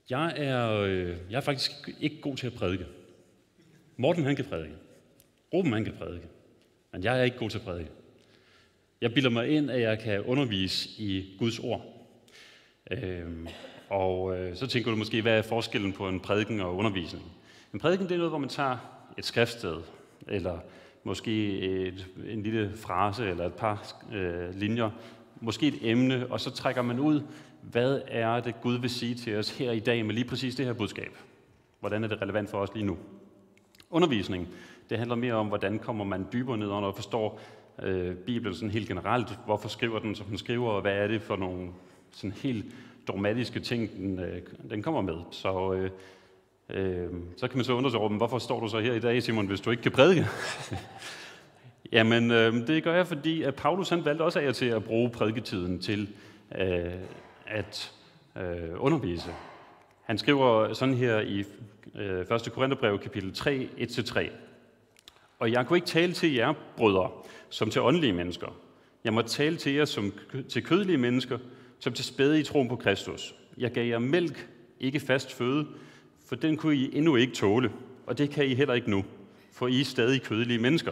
Jeg er faktisk ikke god til at prædike. Morten han kan prædike. Ruben han kan prædike. Men jeg er ikke god til at prædike. Jeg bilder mig ind, at jeg kan undervise i Guds ord. Så tænker du måske, hvad er forskellen på en prædiken og undervisning? En prædiken, det er noget, hvor man tager et skriftsted, eller måske en lille frase, eller et par linjer, måske et emne, og så trækker man ud, hvad er det, Gud vil sige til os her i dag med lige præcis det her budskab? Hvordan er det relevant for os lige nu? Undervisning, det handler mere om, hvordan kommer man dybere ned under og forstår Bibelen sådan helt generelt. Hvorfor skriver den, som den skriver, og hvad er det for nogle sådan helt dogmatiske ting, den kommer med. Så kan man så undre sig over, hvorfor står du så her i dag, Simon, hvis du ikke kan prædike? Jamen, det gør jeg, fordi at Paulus han valgte også af til at bruge prædiketiden til at undervise. Han skriver sådan her i 1. Korintherbrev, kapitel 3, 1-3. Og jeg kunne ikke tale til jer, brødre, som til åndelige mennesker. Jeg må tale til jer som til kødelige mennesker, som til spæde i troen på Kristus. Jeg gav jer mælk, ikke fast føde, for den kunne I endnu ikke tåle, og det kan I heller ikke nu, for I er stadig kødelige mennesker.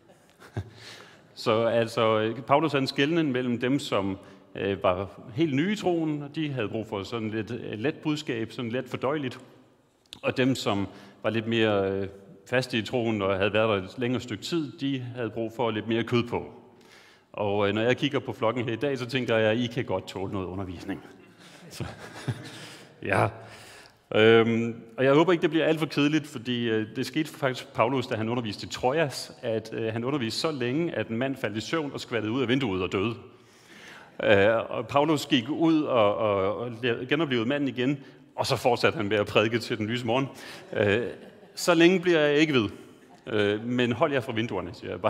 Så altså, Paulus han skelnen mellem dem, som var helt nye i troen, og de havde brug for sådan lidt let budskab, sådan let fordøjeligt, og dem, som var lidt mere faste i troen og havde været der et længere stykke tid, de havde brug for lidt mere kød på. Og når jeg kigger på flokken her i dag, så tænker jeg, at I kan godt tåle noget undervisning. Så, ja. Og jeg håber ikke, det bliver alt for kedeligt, fordi det skete faktisk Paulus, da han underviste i Trojas, at han underviste så længe, at en mand faldt i søvn og skvattede ud af vinduet og døde. Og Paulus gik ud og genoplevede manden igen, og så fortsatte han med at prædike til den lyse morgen. Så længe bliver jeg ikke ved, men hold jer fra vinduerne, siger jeg bare.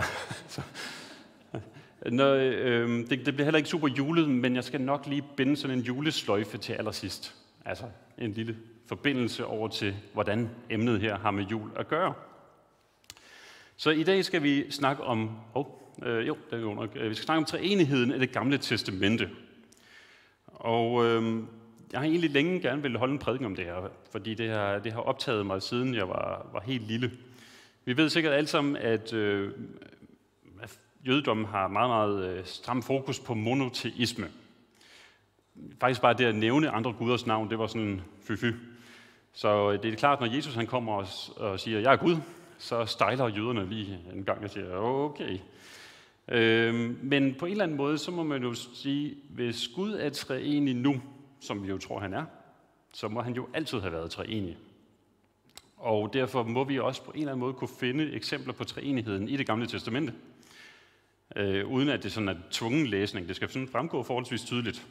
Det bliver heller ikke super julet, men jeg skal nok lige binde sådan en julesløjfe til allersidst. Altså en lille forbindelse over til, hvordan emnet her har med jul at gøre. Så i dag skal vi snakke om, vi skal snakke om treenigheden af det gamle testamente. Og jeg har egentlig længe gerne ville holde en prædiken om det her, fordi det har optaget mig, siden jeg var helt lille. Vi ved sikkert alle sammen, at jødedommen har meget, meget stram fokus på monoteisme. Faktisk bare det at nævne andre guders navn, det var sådan fy-fy. Så det er klart, når Jesus han kommer og siger, jeg er Gud, så stejler jøderne lige en gang og siger, okay. Men på en eller anden måde, så må man jo sige, hvis Gud er treenig nu, som vi jo tror, han er, så må han jo altid have været treenig. Og derfor må vi også på en eller anden måde kunne finde eksempler på treenigheden i det gamle testamente. Uden at det sådan er tvungen læsning. Det skal sådan fremgå forholdsvis tydeligt.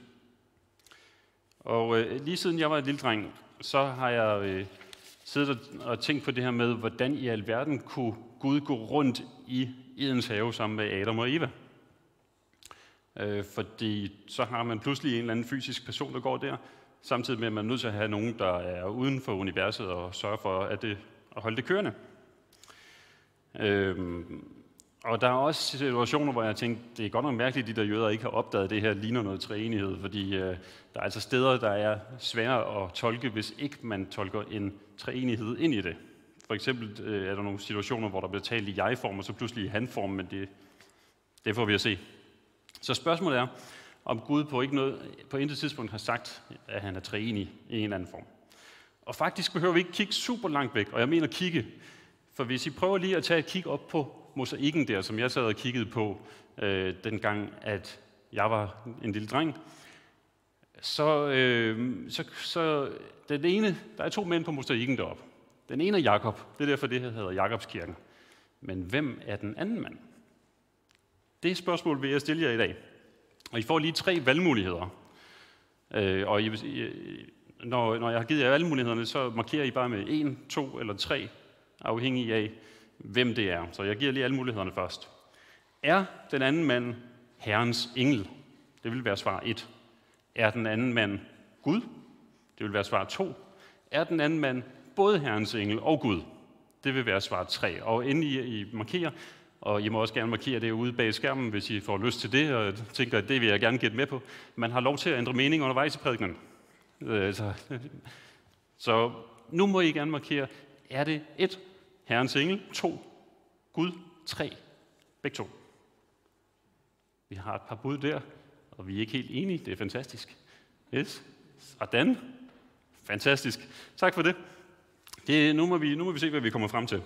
Og lige siden jeg var en lille dreng, så har jeg siddet og tænkt på det her med, hvordan i alverden kunne Gud gå rundt i Edens have sammen med Adam og Eva. Fordi så har man pludselig en eller anden fysisk person, der går der, samtidig med, at man er nødt til at have nogen, der er uden for universet og sørge for at holde det kørende. Og der er også situationer, hvor jeg tænkte, det er godt nok mærkeligt, at de der jøder ikke har opdaget, det her ligner noget treenighed, fordi der er altså steder, der er svære at tolke, hvis ikke man tolker en treenighed ind i det. For eksempel er der nogle situationer, hvor der bliver talt i jeg-form, og så pludselig i han-form, men det får vi at se. Så spørgsmålet er, om Gud på intet tidspunkt har sagt, at han er treenig i en eller anden form. Og faktisk behøver vi ikke kigge super langt væk, og jeg mener kigge, for hvis I prøver lige at tage et kig op på mosaikken der, som jeg sad og kiggede på, dengang, at jeg var en lille dreng, så den ene, der er 2 mænd på mosaikken deroppe. Den ene er Jakob, det er derfor, det her hedder Jakobskirken. Men hvem er den anden mand? Det spørgsmål vil jeg stille jer i dag. Og I får lige 3 valgmuligheder. Og når jeg har givet jer valgmulighederne, så markerer I bare med 1, 2 eller 3, afhængig af, hvem det er. Så jeg giver lige alle mulighederne først. Er den anden mand Herrens engel? Det vil være svar 1. Er den anden mand Gud? Det vil være svar 2. Er den anden mand både Herrens engel og Gud? Det vil være svar 3. Og inden I markerer, og I må også gerne markere det ude bag skærmen, hvis I får lyst til det, og tænker, at det vil jeg gerne gætte med på. Man har lov til at ændre mening undervejs i prædikenen. Så nu må I gerne markere, er det 1, Herrens engel, 2, Gud, 3, begge to. Vi har et par bud der, og vi er ikke helt enige. Det er fantastisk. Yes. Sådan. Fantastisk. Tak for det. Nu må vi se, hvad vi kommer frem til.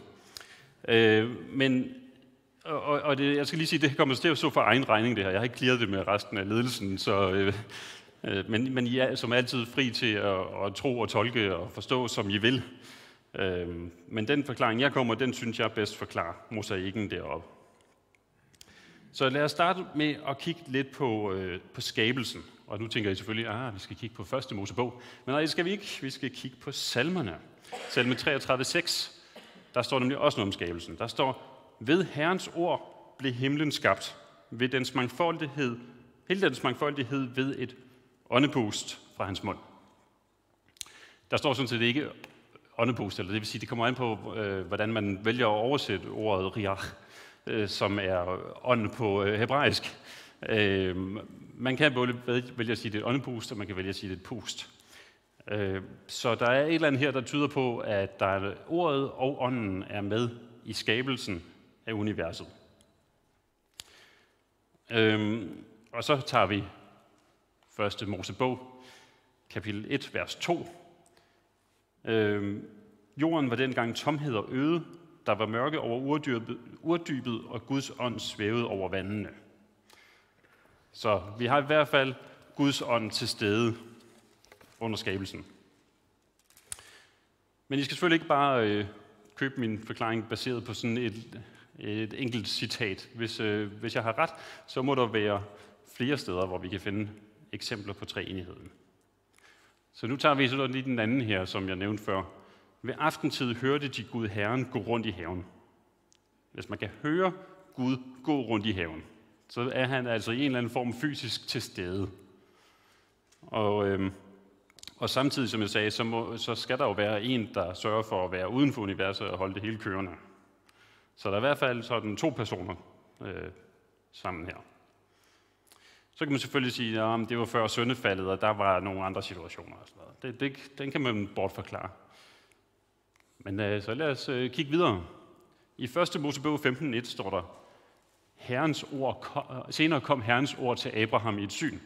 Jeg skal lige sige, det kommer til at stå for egen regning, det her. Jeg har ikke clearet det med resten af ledelsen, men I er som altid fri til at tro og tolke og forstå, som I vil. Men den forklaring, jeg kommer, den synes jeg bedst forklarer mosaikken deroppe. Så lad os starte med at kigge lidt på skabelsen. Og nu tænker I selvfølgelig, vi skal kigge på første Mosebog. Men nej, det skal vi ikke. Vi skal kigge på salmerne. Salme 33:6. Der står nemlig også noget om skabelsen. Der står, ved Herrens ord blev himlen skabt. Ved dens mangfoldighed, hele dens mangfoldighed ved et åndepust fra hans mund. Der står sådan set ikke åndepust, eller det vil sige, det kommer an på, hvordan man vælger at oversætte ordet riach, som er ånd på hebraisk. Man kan både vælge at sige, det er et åndepust, og man kan vælge at sige, det er et pust. Så der er et eller andet her, der tyder på, at ordet og ånden er med i skabelsen af universet. Og så tager vi første Mosebog, kapitel 1, vers 2. Jorden var dengang tomhed og øde, der var mørke over urdybet, og Guds ånd svævede over vandene. Så vi har i hvert fald Guds ånd til stede under skabelsen. Men I skal selvfølgelig ikke bare købe min forklaring baseret på sådan et enkelt citat. Hvis jeg har ret, så må der være flere steder, hvor vi kan finde eksempler på treenigheden. Så nu tager vi så lige den anden her, som jeg nævnte før. Ved aftentid hørte de Gud Herren gå rundt i haven. Hvis man kan høre Gud gå rundt i haven, så er han altså i en eller anden form fysisk til stede. Og samtidig, som jeg sagde, så skal der jo være en, der sørger for at være uden for universet og holde det hele kørende. Så der er i hvert fald sådan 2 personer sammen her. Så kan man selvfølgelig sige, at det var før syndefaldet, og der var nogle andre situationer. Og sådan noget. Den kan man bortforklare. Men så lad os kigge videre. I 1. Mosebog 15:1 står der, senere kom Herrens ord til Abraham i et syn.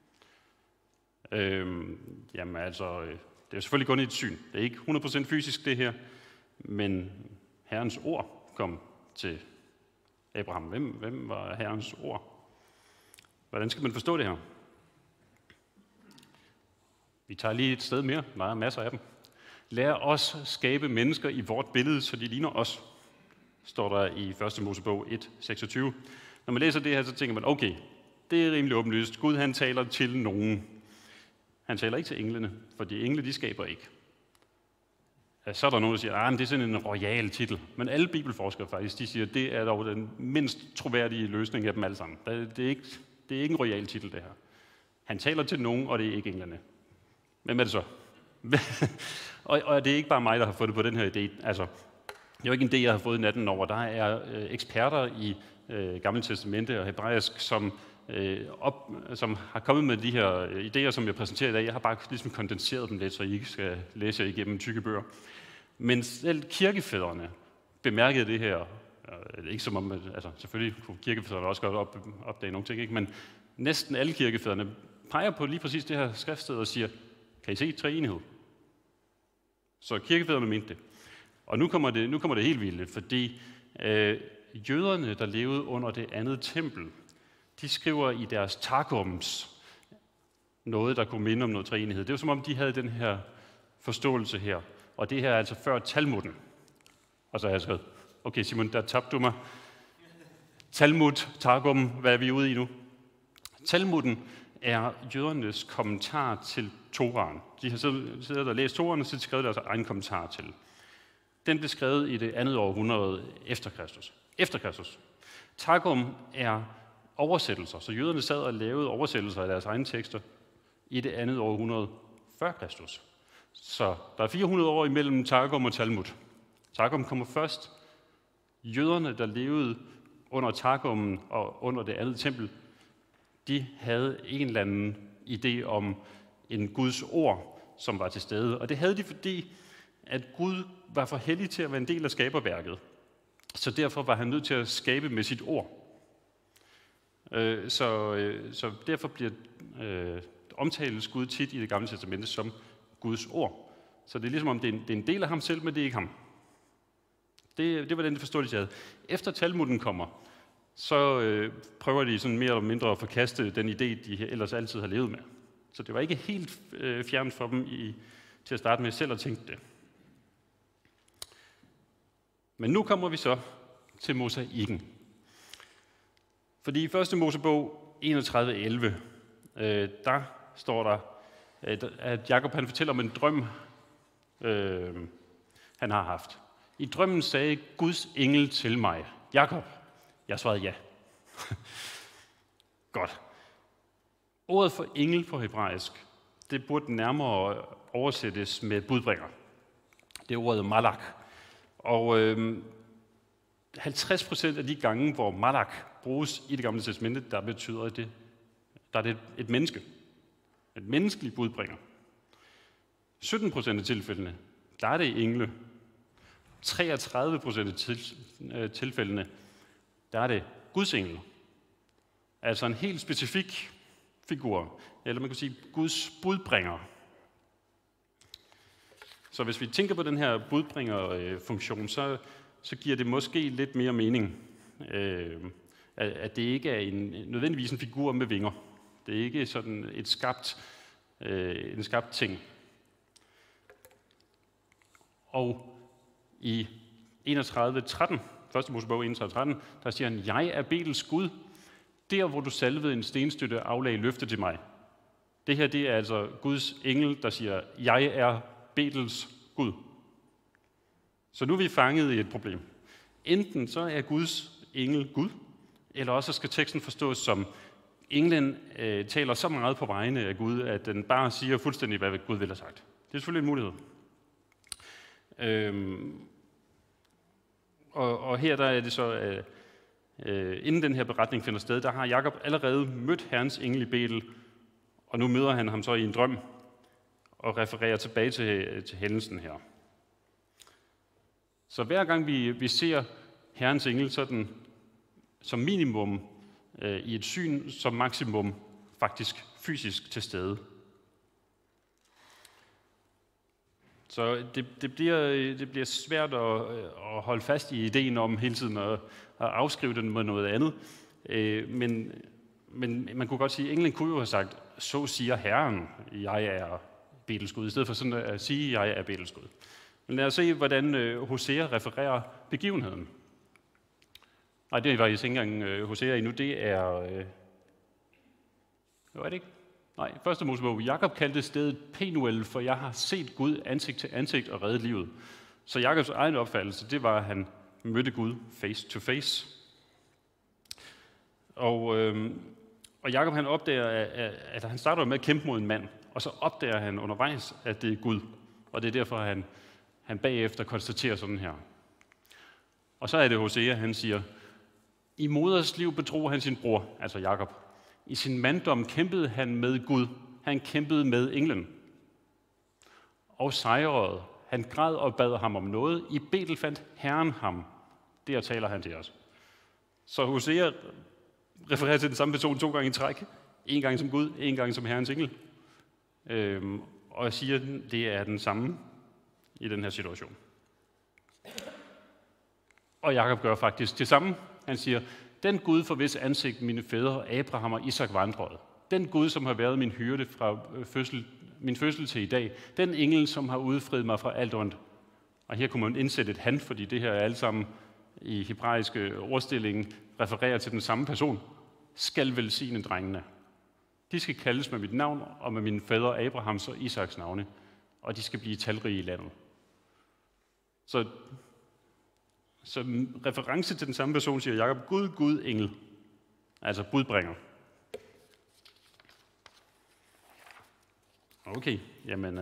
Det er jo selvfølgelig kun et syn. Det er ikke 100% fysisk det her, men Herrens ord kom til Abraham. Hvem var Herrens ord? Hvordan skal man forstå det her? Vi tager lige et sted mere. Der er masser af dem. Lær os skabe mennesker i vort billede, så de ligner os, står der i 1. Mosebog 1:26. Når man læser det her, så tænker man, okay, det er rimelig åbenlyst. Gud, han taler til nogen. Han taler ikke til englene, for de engle, de skaber ikke. Så er der nogen, der siger, at det er sådan en royal titel. Men alle bibelforskere faktisk, de siger, at det er dog den mindst troværdige løsning af dem alle sammen. Det er ikke en royal titel, det her. Han taler til nogen, og det er ikke englene. Hvem er det så? og det er ikke bare mig, der har fået på den her idé. Altså, det er jo ikke en idé, jeg har fået natten over. Der er eksperter i Gamle Testamente og hebraisk, som har kommet med de her idéer, som jeg præsenterer i dag. Jeg har bare ligesom kondenseret dem lidt, så I ikke skal læse jer igennem tykke bøger. Men selv kirkefædrene bemærkede det her. Ikke som om, selvfølgelig kunne kirkefædrene også godt opdage nogle ting, ikke? Men næsten alle kirkefædrene peger på lige præcis det her skriftsted og siger, kan I se treenighed? Så kirkefædrene mente det. Og nu kommer det helt vildt, fordi jøderne, der levede under det andet tempel, de skriver i deres Targums noget, der kunne minde om noget treenighed. Det var som om, de havde den her forståelse her. Og det her er altså før Talmuden. Og så har jeg skrevet, okay Simon, der tabte du mig. Talmud, Targum, hvad er vi ude i nu? Talmuden er jødernes kommentar til Toraen. De har siddet og læst Toraen, og så skrevet deres egen kommentar til. Den blev skrevet i det andet århundrede efter Kristus. Targum er oversættelser, så jøderne sad og lavede oversættelser af deres egne tekster i det andet århundrede før Kristus. Så der er 400 år imellem Targum og Talmud. Targum kommer først. Jøderne, der levede under Targummen og under det andet tempel, de havde en eller anden idé om en Guds ord, som var til stede. Og det havde de, fordi at Gud var for hellig til at være en del af skaberværket. Så derfor var han nødt til at skabe med sit ord. Så derfor bliver omtales Gud tit i Det Gamle Testamente som Guds ord. Så det er ligesom om, det er en del af ham selv, men det er ikke ham. Det var den forståelse, jeg havde. Efter Talmuden kommer, så prøver de sådan mere eller mindre at forkaste den idé, de ellers altid har levet med. Så det var ikke helt fjernt for dem til at starte med selv at tænke det. Men nu kommer vi så til mosaikken. Fordi i 1. Mosebog 31:11, der står der, at Jakob han fortæller om en drøm, han har haft. I drømmen sagde Guds engel til mig, Jakob. Jeg svarede ja. Godt. Ordet for engel på hebraisk, det burde nærmere oversættes med budbringer. Det er ordet malak. Og 50% af de gange, hvor malak bruges i Det Gamle Testamente, der betyder det, der er det et menneske. Et menneskeligt budbringer. 17% af tilfældene, der er det engle. 33% af tilfældene, der er det Guds engel. Altså en helt specifik figur, eller man kan sige Guds budbringer. Så hvis vi tænker på den her budbringerfunktion, så giver det måske lidt mere mening, at det ikke er nødvendigvis en figur med vinger. Det er ikke sådan en skabt ting. Og i 31:13, 1. Mosebog 31:13, der siger han, jeg er Betels Gud, der hvor du salvede en stenstøtte aflagde løfte til mig. Det her, det er altså Guds engel, der siger, jeg er Betels Gud. Så nu er vi fanget i et problem. Enten så er Guds engel Gud, eller også skal teksten forstås som, englen taler så meget på vegne af Gud, at den bare siger fuldstændig, hvad Gud vil have sagt. Det er selvfølgelig en mulighed. Og her der er det så, inden den her beretning finder sted, der har Jakob allerede mødt Herrens engel i Betel, og nu møder han ham så i en drøm, og refererer tilbage til hændelsen her. Så hver gang vi ser Herrens engel sådan, som minimum i et syn, som maksimum faktisk fysisk til stede. Så det bliver svært at holde fast i ideen om hele tiden at afskrive den med noget andet. Men man kunne godt sige, at englen kunne jo have sagt, så siger Herren, jeg er Betels Gud, i stedet for sådan at sige, jeg er Betels Gud. Men lad os se, hvordan Hosea refererer begivenheden. Nej, det er faktisk ikke engang Hosea endnu, det er... Hvad er det ikke? Nej, 1. Mosebog. Jakob kaldte stedet Penuel, for jeg har set Gud ansigt til ansigt og reddet livet. Så Jakobs egen opfattelse, det var, at han mødte Gud face to face. Og Jakob han opdager, at han starter med at kæmpe mod en mand, og så opdager han undervejs, at det er Gud. Og det er derfor, han bagefter konstaterer sådan her. Og så er det Hosea, han siger, i moders liv betrog han sin bror, altså Jakob. I sin manddom kæmpede han med Gud. Han kæmpede med englen. Og sejrede. Han græd og bad ham om noget. I Betel fandt Herren ham. Der taler han til os. Så Hosea refererer til den samme person 2 gange i træk. 1 gang som Gud, 1 gang som Herrens engel. Og jeg siger, at det er den samme i den her situation. Og Jakob gør faktisk det samme. Han siger, den Gud for hvis ansigt mine fædre Abraham og Isak vandrede. Den Gud, som har været min hyrde fra min fødsel til i dag. Den engel, som har udfriet mig fra alt ondt. Og her kunne man indsætte et han, fordi det her er alt sammen i hebraiske ordstilling refererer til den samme person. Skal velsigne drengene. De skal kaldes med mit navn og med mine fædre Abrahams og Isaks navne. Og de skal blive talrige i landet. Så reference til den samme person siger Jakob, Gud, Gud, engel. Altså budbringer. Okay, jamen,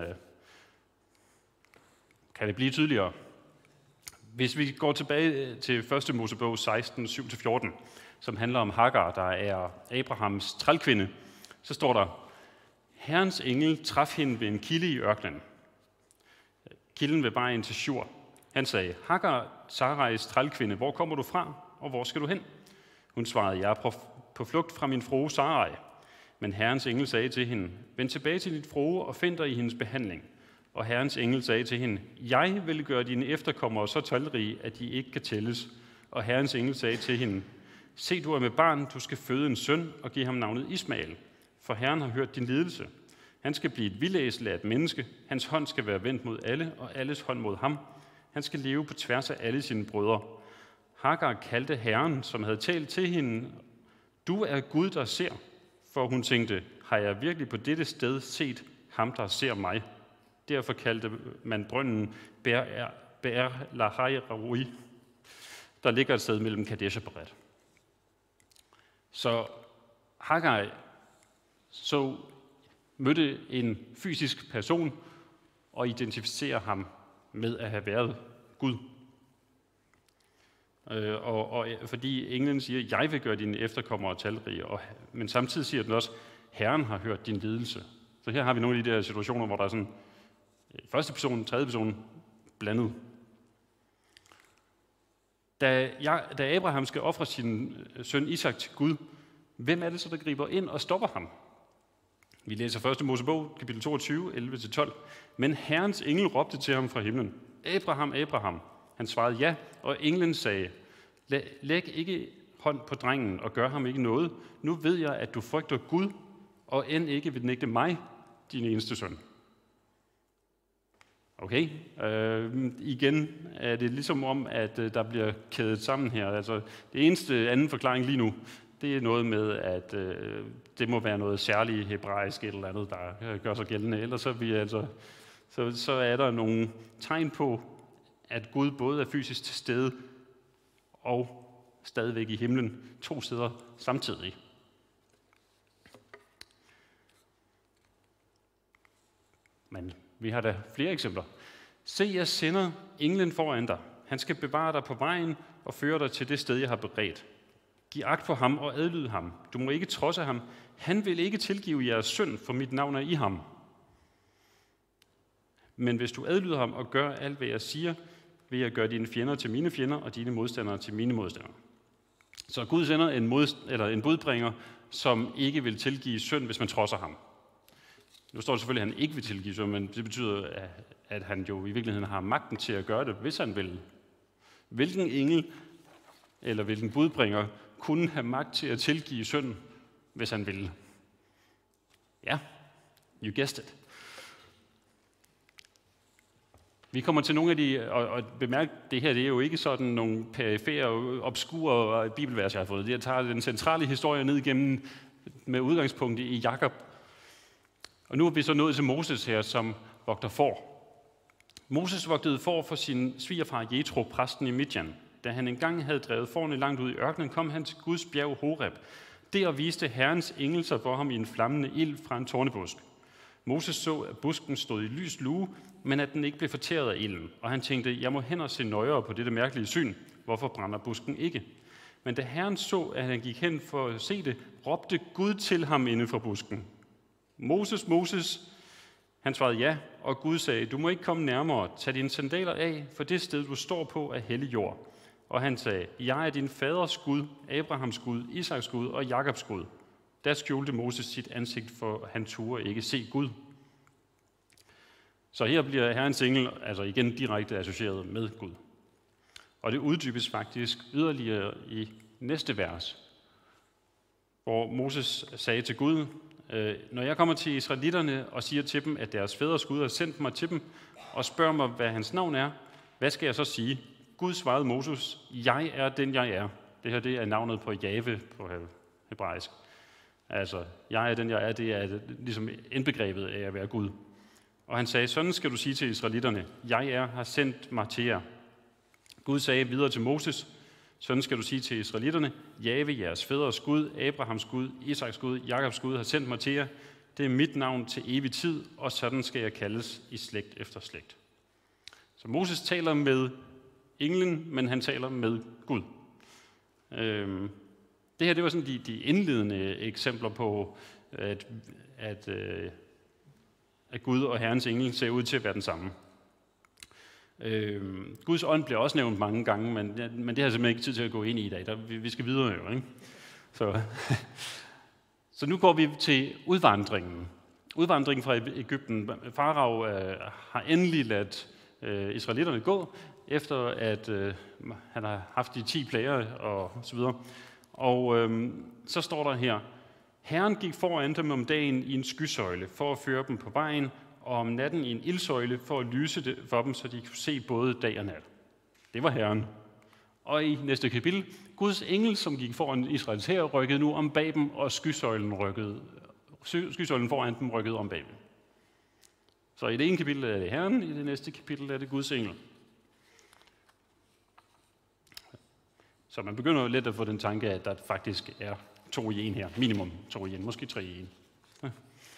kan det blive tydeligere? Hvis vi går tilbage til 1. Mosebog 16, 7-14, som handler om Hagar, der er Abrahams trælkvinde, så står der, Herrens engel traf hende ved en kilde i ørkenen. Kilden ved vejen til Shur. Han sagde, Hagar, Sarais trælkvinde, hvor kommer du fra, og hvor skal du hen? Hun svarede, jeg er på flugt fra min frue Sarai. Men Herrens engel sagde til hende, vend tilbage til dit frue og find dig i hendes behandling. Og Herrens engel sagde til hende, jeg vil gøre dine efterkommere så talrige, at de ikke kan tælles. Og Herrens engel sagde til hende, se, du er med barn, du skal føde en søn og give ham navnet Ismael. For Herren har hørt din lidelse. Han skal blive et vildæsel af et menneske. Hans hånd skal være vendt mod alle, og alles hånd mod ham. Han skal leve på tværs af alle sine brødre. Hagar kaldte Herren, som havde talt til hende, du er Gud, der ser. For hun tænkte, har jeg virkelig på dette sted set ham, der ser mig? Derfor kaldte man brønden Be'er Lahai-Roi, der ligger et sted mellem Kadesh og Bered. Så Hagar mødte en fysisk person og identificerer ham med at have været Gud. Og fordi englen siger, jeg vil gøre dine efterkommere talrige, men samtidig siger den også, Herren har hørt din lidelse. Så her har vi nogle af de der situationer, hvor der er sådan første person, tredje person blandet. Da Abraham skal ofre sin søn Isak til Gud, hvem er det så, der griber ind og stopper ham? Vi læser 1. Mosebog, kapitel 22, 11-12. Men Herrens engel råbte til ham fra himlen, Abraham, Abraham. Han svarede ja, og englen sagde, læg ikke hånd på drengen og gør ham ikke noget. Nu ved jeg, at du frygter Gud, og end ikke vil nægte mig, din eneste søn. Okay, igen er det ligesom om, at der bliver kædet sammen her. Altså, det eneste anden forklaring lige nu, det er noget med, at det må være noget særligt hebraisk eller andet, der gør sig gældende. Ellers så er der nogle tegn på, at Gud både er fysisk til stede og stadigvæk i himlen, 2 steder samtidig. Men vi har da flere eksempler. Se, jeg sender englen foran dig. Han skal bevare dig på vejen og føre dig til det sted, jeg har beredt. Giv agt på ham og adlyd ham. Du må ikke trodse ham. Han vil ikke tilgive jeres synd, for mit navn er i ham. Men hvis du adlyder ham og gør alt, hvad jeg siger, vil jeg gøre dine fjender til mine fjender og dine modstandere til mine modstandere. Så Gud sender en budbringer, som ikke vil tilgive synd, hvis man trodser ham. Nu står det selvfølgelig, at han ikke vil tilgive synd, men det betyder, at han jo i virkeligheden har magten til at gøre det, hvis han vil. Hvilken engel eller hvilken budbringer kunne have magt til at tilgive synd, hvis han ville? Ja, you guessed it. Vi kommer til nogle af de, og bemærk, det her det er jo ikke sådan nogle perifære, obskure bibelvers, jeg har fået. Jeg tager den centrale historie ned igennem med udgangspunkt i Jakob. Og nu er vi så nået til Moses her, som vogter får. Moses vogtede får for sin svigerfar Jetro, præsten i Midjan. Da han engang havde drevet fårene langt ud i ørkenen, kom han til Guds bjerg Horeb. Der viste Herrens engel sig for ham i en flammende ild fra en tornebusk. Moses så, at busken stod i lys lue, men at den ikke blev fortæret af ilden. Og han tænkte, jeg må hen og se nøjere på dette mærkelige syn. Hvorfor brænder busken ikke? Men da Herren så, at han gik hen for at se det, råbte Gud til ham inde fra busken. Moses, Moses. Han svarede ja, og Gud sagde, du må ikke komme nærmere. Tag dine sandaler af, for det sted, du står på, er hellig jord. Og han sagde, jeg er din faders Gud, Abrahams Gud, Isaks Gud og Jakobs Gud. Der skjulte Moses sit ansigt, for han turde ikke se Gud. Så her bliver Herrens engel altså igen direkte associeret med Gud. Og det uddybes faktisk yderligere i næste vers, hvor Moses sagde til Gud, når jeg kommer til israelitterne og siger til dem, at deres fædres Gud har sendt mig til dem, og spørger mig, hvad hans navn er, hvad skal jeg så sige? Gud svarede Moses, jeg er den, jeg er. Det her det er navnet på Jave på hebraisk. Altså, jeg er den, jeg er, det er ligesom indbegrebet af at være Gud. Og han sagde, sådan skal du sige til israelitterne, har sendt mig til jer. Gud sagde videre til Moses, sådan skal du sige til israelitterne, Jave, jeres fædres Gud, Abrahams Gud, Isaks Gud, Jakobs Gud har sendt mig til jer. Det er mit navn til evig tid, og sådan skal jeg kaldes i slægt efter slægt. Så Moses taler med englen, men han taler med Gud. Det her, det var sådan de indledende eksempler på, at at Gud og Herrens engel ser ud til at være den samme. Guds ånd bliver også nævnt mange gange, men det har jeg simpelthen ikke tid til at gå ind i i dag. Vi skal videre jo, ikke? Så nu går vi til udvandringen. Udvandringen fra Egypten. Farao har endelig ladt israelitterne gå, efter at han har haft de 10 plager og så videre. Og så står der her, Herren gik foran dem om dagen i en skysøjle for at føre dem på vejen, og om natten i en ildsøjle for at lyse det for dem, så de kunne se både dag og nat. Det var Herren. Og i næste kapitel, Guds engel, som gik foran Israels hær, rykkede nu om bag dem, og skysøjlen foran dem rykkede om bag dem. Så i det ene kapitel er det Herren, i det næste kapitel er det Guds engel. Så man begynder jo lidt at få den tanke, at der faktisk er 2 i 1 her. Minimum 2 i 1, måske 3 i 1. Ja.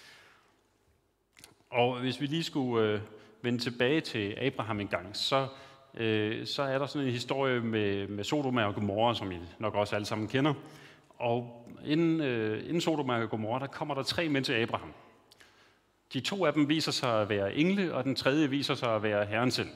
Og hvis vi lige skulle vende tilbage til Abraham en gang, så er der sådan en historie med Sodoma og Gomorra, som I nok også alle sammen kender. Og inden Sodoma og Gomorra, der kommer der 3 mænd til Abraham. De 2 af dem viser sig at være engle, og den tredje viser sig at være Herren selv.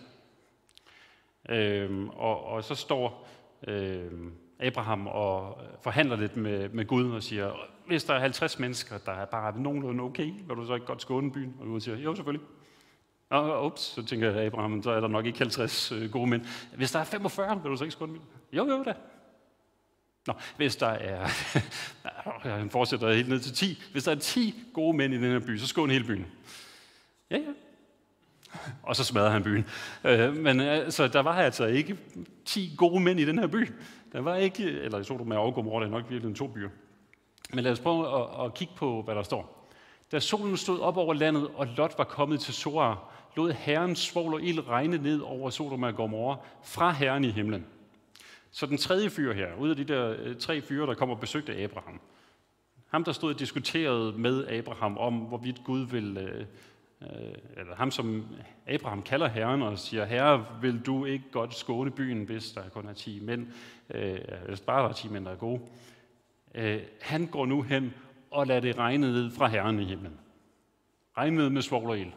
Og så står Abraham og forhandler lidt med Gud og siger, hvis der er 50 mennesker, der er bare nogenlunde okay, vil du så ikke godt skåne byen? Og Gud siger, jo selvfølgelig. Og ups, så tænker Abraham, så er der nok ikke 50 gode mænd. Hvis der er 45, vil du så ikke skåne byen? Jo da. Nå, hvis der er, han fortsætter helt ned til 10. Hvis der er 10 gode mænd i den her by, så skåne hele byen. Ja. Og så smadrer han byen. Men altså, der var altså ikke 10 gode mænd i den her by. Der var ikke, eller i Sodoma og Gomorra, det er nok virkelig 2 byer. Men lad os prøve at kigge på, hvad der står. Da solen stod op over landet, og Lot var kommet til Zoar, lod Herren svovl og ild regne ned over Sodoma og Gomorra fra Herren i himlen. Så den tredje fyr her, ud af de der 3 fyre, der kommer og besøgte Abraham, ham der stod og diskuterede med Abraham om, hvorvidt Gud vil, eller ham som Abraham kalder Herren og siger, Herre, vil du ikke godt skåne byen, hvis der kun er 10 mænd, hvis bare der er 10 mænd, der er gode. Han går nu hen og lader det regne ned fra Herren i himlen. Regne ned med svovl og ild.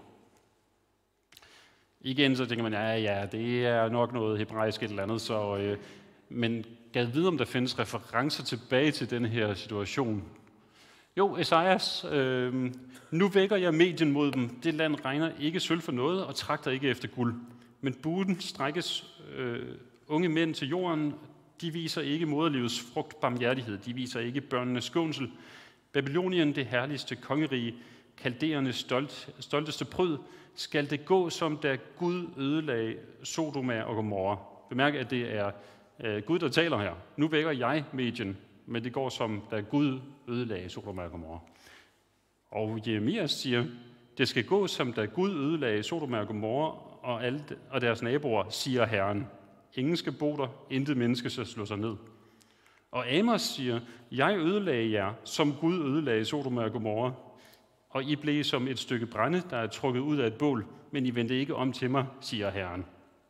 Igen så tænker man, ja, det er nok noget hebraisk et eller andet, men gad vide, om der findes referencer tilbage til den her situation. Jo, Esajas, nu vækker jeg medien mod dem. Det land regner ikke sølv for noget og trakter ikke efter guld. Men buden strækkes unge mænd til jorden. De viser ikke moderlivets frugt barmhjertighed. De viser ikke børnenes skånsel. Babylonien, det herligste kongerige, kalderernes stolteste pryd, skal det gå, som da Gud ødelagde Sodoma og Gomorra. Bemærk, at det er Gud, der taler her. Nu vækker jeg medien, men det går som da Gud ødelagde Sodoma og Gomorra. Og Jeremias siger, det skal gå som da Gud ødelagde Sodoma og Gomorra og deres naboer, siger Herren. Ingen skal bo der, intet menneske skal slå sig ned. Og Amos siger, jeg ødelagde jer, som Gud ødelagde Sodoma og Gomorra, og I blev som et stykke brænde, der er trukket ud af et bål, men I vendte ikke om til mig, siger Herren.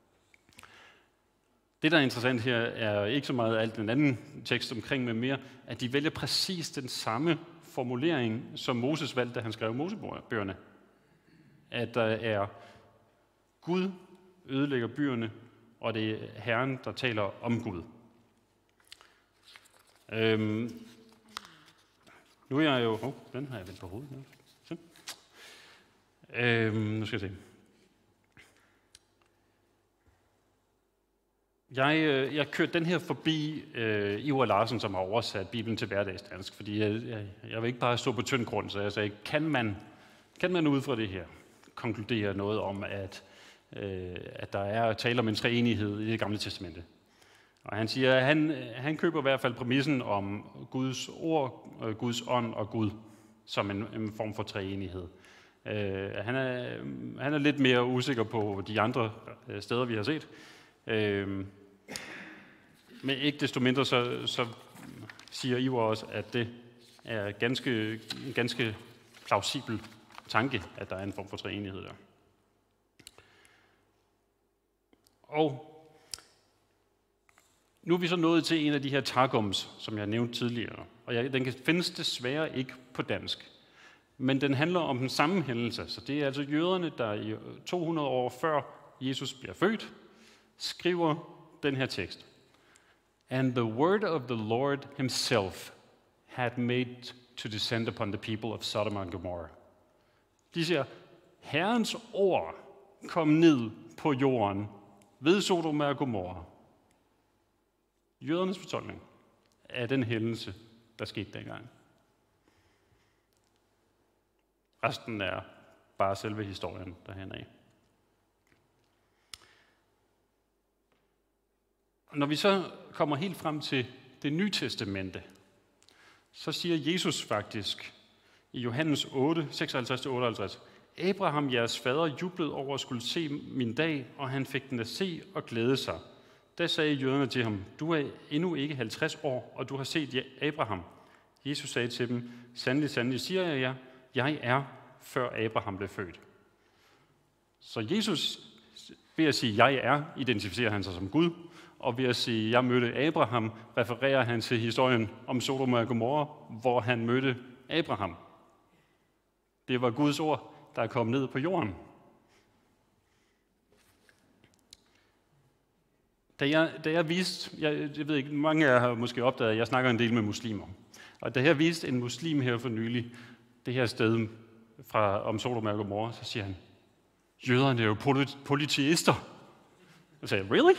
Det, der er interessant her, er ikke så meget alt den anden tekst omkring, men mere, at de vælger præcis den samme formulering, som Moses valgte, da han skrev Mosebøgerne. At der er Gud ødelægger byerne, og det er Herren, der taler om Gud. Nu er jeg jo... den har jeg vendt på hovedet. Nu skal jeg se. Jeg kørte den her forbi Ivar Larsen, som har oversat Bibelen til hverdagsdansk, fordi jeg vil ikke bare stå på tynd grund, så jeg sagde, kan man ud fra det her konkludere noget om, at der er tale om en treenighed i Det Gamle Testamente? Og han siger, at han køber i hvert fald præmissen om Guds ord, Guds ånd og Gud som en form for treenighed. Han er lidt mere usikker på de andre steder, vi har set. Men ikke desto mindre, så siger Ivar også, at det er en ganske plausibel tanke, at der er en form for treenighed der. Og nu er vi så nået til en af de her targums, som jeg nævnte tidligere. Og den kan findes desværre ikke på dansk. Men den handler om den samme hændelse. Så det er altså jøderne, der i 200 år før Jesus bliver født, skriver den her tekst. And the word of the Lord himself had made to descend upon the people of Sodom and Gomorrah. De siger, Herrens ord kom ned på jorden ved Sodom og Gomorrah. Jødernes fortolkning af den hændelse, der skete dengang. Resten er bare selve historien derhen af. Når vi så kommer helt frem til det nye testamente, så siger Jesus faktisk i Johannes 8, 56-58, Abraham, jeres fader, jublede over at skulle se min dag, og han fik den at se og glæde sig. Da sagde jøderne til ham, du er endnu ikke 50 år, og du har set Abraham. Jesus sagde til dem, sandelig, sandelig siger jeg jer, jeg er, før Abraham blev født. Så Jesus, ved at sige, jeg er, identificerer han sig som Gud, og ved at sige, jeg mødte Abraham, refererer han til historien om Sodom og Gomorrah, hvor han mødte Abraham. Det var Guds ord, der er kommet ned på jorden. Da jeg viste, jeg ved ikke, mange af jer har måske opdaget, at jeg snakker en del med muslimer. Og da jeg viste en muslim her for nylig, det her sted om Sodom og Gomorrah, så siger han, jøderne er jo polyteister. Jeg sagde, really?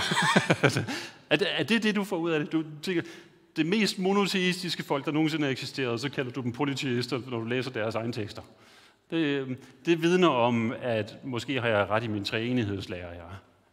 er det, du får ud af det? Du tænker, det mest monoteistiske folk, der nogensinde har eksisteret, så kalder du dem polyteister, når du læser deres egne tekster. Det vidner om, at måske har jeg ret i min treenighedslære, jeg.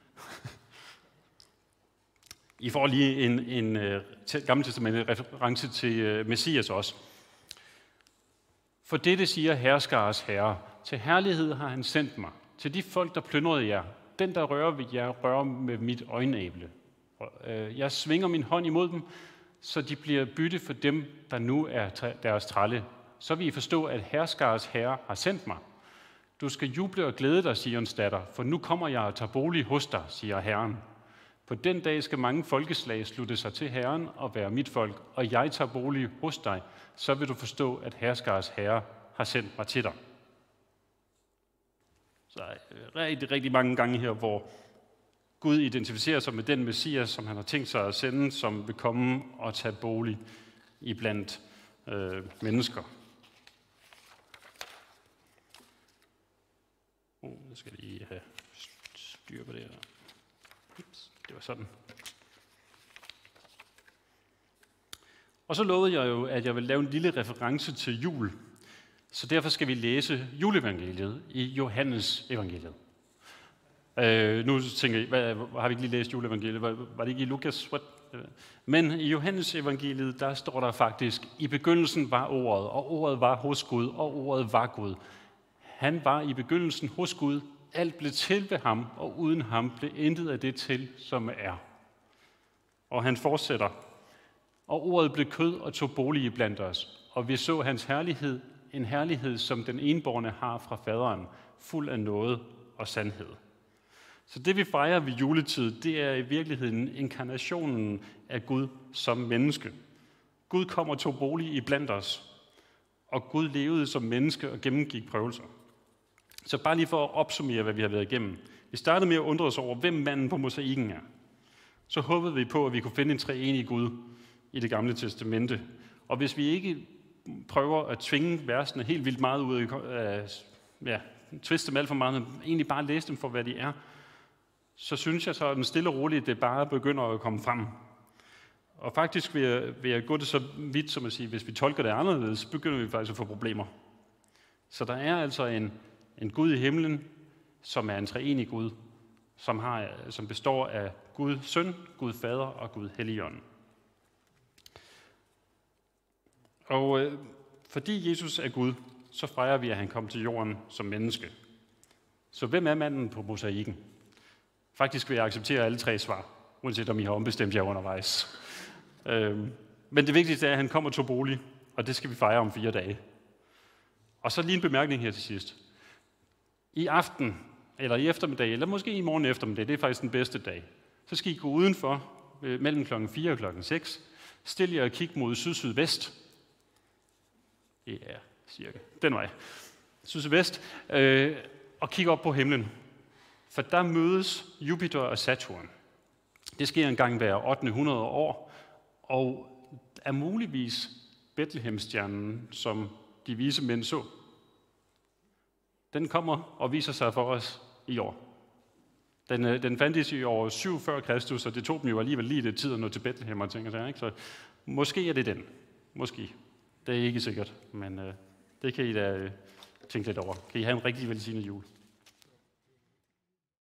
I får lige en gammeltestamentlig reference til Messias også. For dette siger herskares herre, til herlighed har han sendt mig, til de folk, der plyndrede jer. Den, der rører ved jer, rører med mit øjenæble. Jeg svinger min hånd imod dem, så de bliver bytte for dem, der nu er deres trælle. Så vil I forstå, at herskares herre har sendt mig. Du skal juble og glæde dig, Sions datter, for nu kommer jeg og tager bolig hos dig, siger Herren. På den dag skal mange folkeslag slutte sig til Herren og være mit folk, og jeg tager bolig hos dig, så vil du forstå, at herskares herre har sendt mig til dig. Så rigtig, rigtig mange gange her, hvor Gud identificerer sig med den Messias, som han har tænkt sig at sende, som vil komme og tage bolig iblandt mennesker. Jeg skal lige have styr på det her. Ups, det var sådan. Og så lovede jeg jo, at jeg vil lave en lille reference til jul. Så derfor skal vi læse juleevangeliet i Johannes evangeliet. Nu tænker jeg, har vi ikke lige læst juleevangeliet? Var det ikke i Lukas? Men i Johannes evangeliet, der står der faktisk, i begyndelsen var ordet, og ordet var hos Gud, og ordet var Gud. Han var i begyndelsen hos Gud, alt blev til ved ham, og uden ham blev intet af det til, som er. Og han fortsætter, og ordet blev kød og tog bolig blandt os, og vi så hans herlighed, en herlighed, som den enbårne har fra faderen, fuld af nåde og sandhed. Så det vi fejrer ved juletid, det er i virkeligheden inkarnationen af Gud som menneske. Gud kom og tog bolig iblandt os, og Gud levede som menneske og gennemgik prøvelser. Så bare lige for at opsummere, hvad vi har været igennem. Vi startede med at undre os over, hvem manden på mosaikken er. Så håbede vi på, at vi kunne finde en treenig Gud i det gamle testamente. Og hvis vi ikke prøver at tvinge versene helt vildt meget ud af, tviste dem alt for meget, men egentlig bare læse dem for, hvad de er, så synes jeg så, at den stille og roligt, det bare begynder at komme frem. Og faktisk vil jeg gå det så vidt, som at sige, hvis vi tolker det anderledes, så begynder vi faktisk at få problemer. Så der er altså en Gud i himlen, som er en treenig Gud, som består af Gud Søn, Gud Fader og Gud Helligånd. Og fordi Jesus er Gud, så fejrer vi, at han kom til jorden som menneske. Så hvem er manden på mosaikken? Faktisk vil jeg acceptere alle tre svar, uanset om I har ombestemt jer undervejs. Men det vigtigste er, at han kommer til bolig, og det skal vi fejre om 4 dage. Og så lige en bemærkning her til sidst. I aften, eller i eftermiddag, eller måske i morgen eftermiddag, det er faktisk den bedste dag, så skal I gå udenfor mellem klokken 4 og klokken 6, stille jer og kigge mod syd-sydvest. Det er cirka. Den vej. Syd-vest. Og kigger op på himlen. For der mødes Jupiter og Saturn. Det sker en gang hver 800 år, og er muligvis Betlehemstjernen, som de vise mænd så. Den kommer og viser sig for os i år. Den fandtes i år 7 før Kristus, og det tog dem jo alligevel lige lidt tid at nå til Bethlehem og ting og sager, ikke? Så måske er det den. Måske. Det er ikke sikkert, men det kan I da tænke lidt over. Kan I have en rigtig velsignet jul.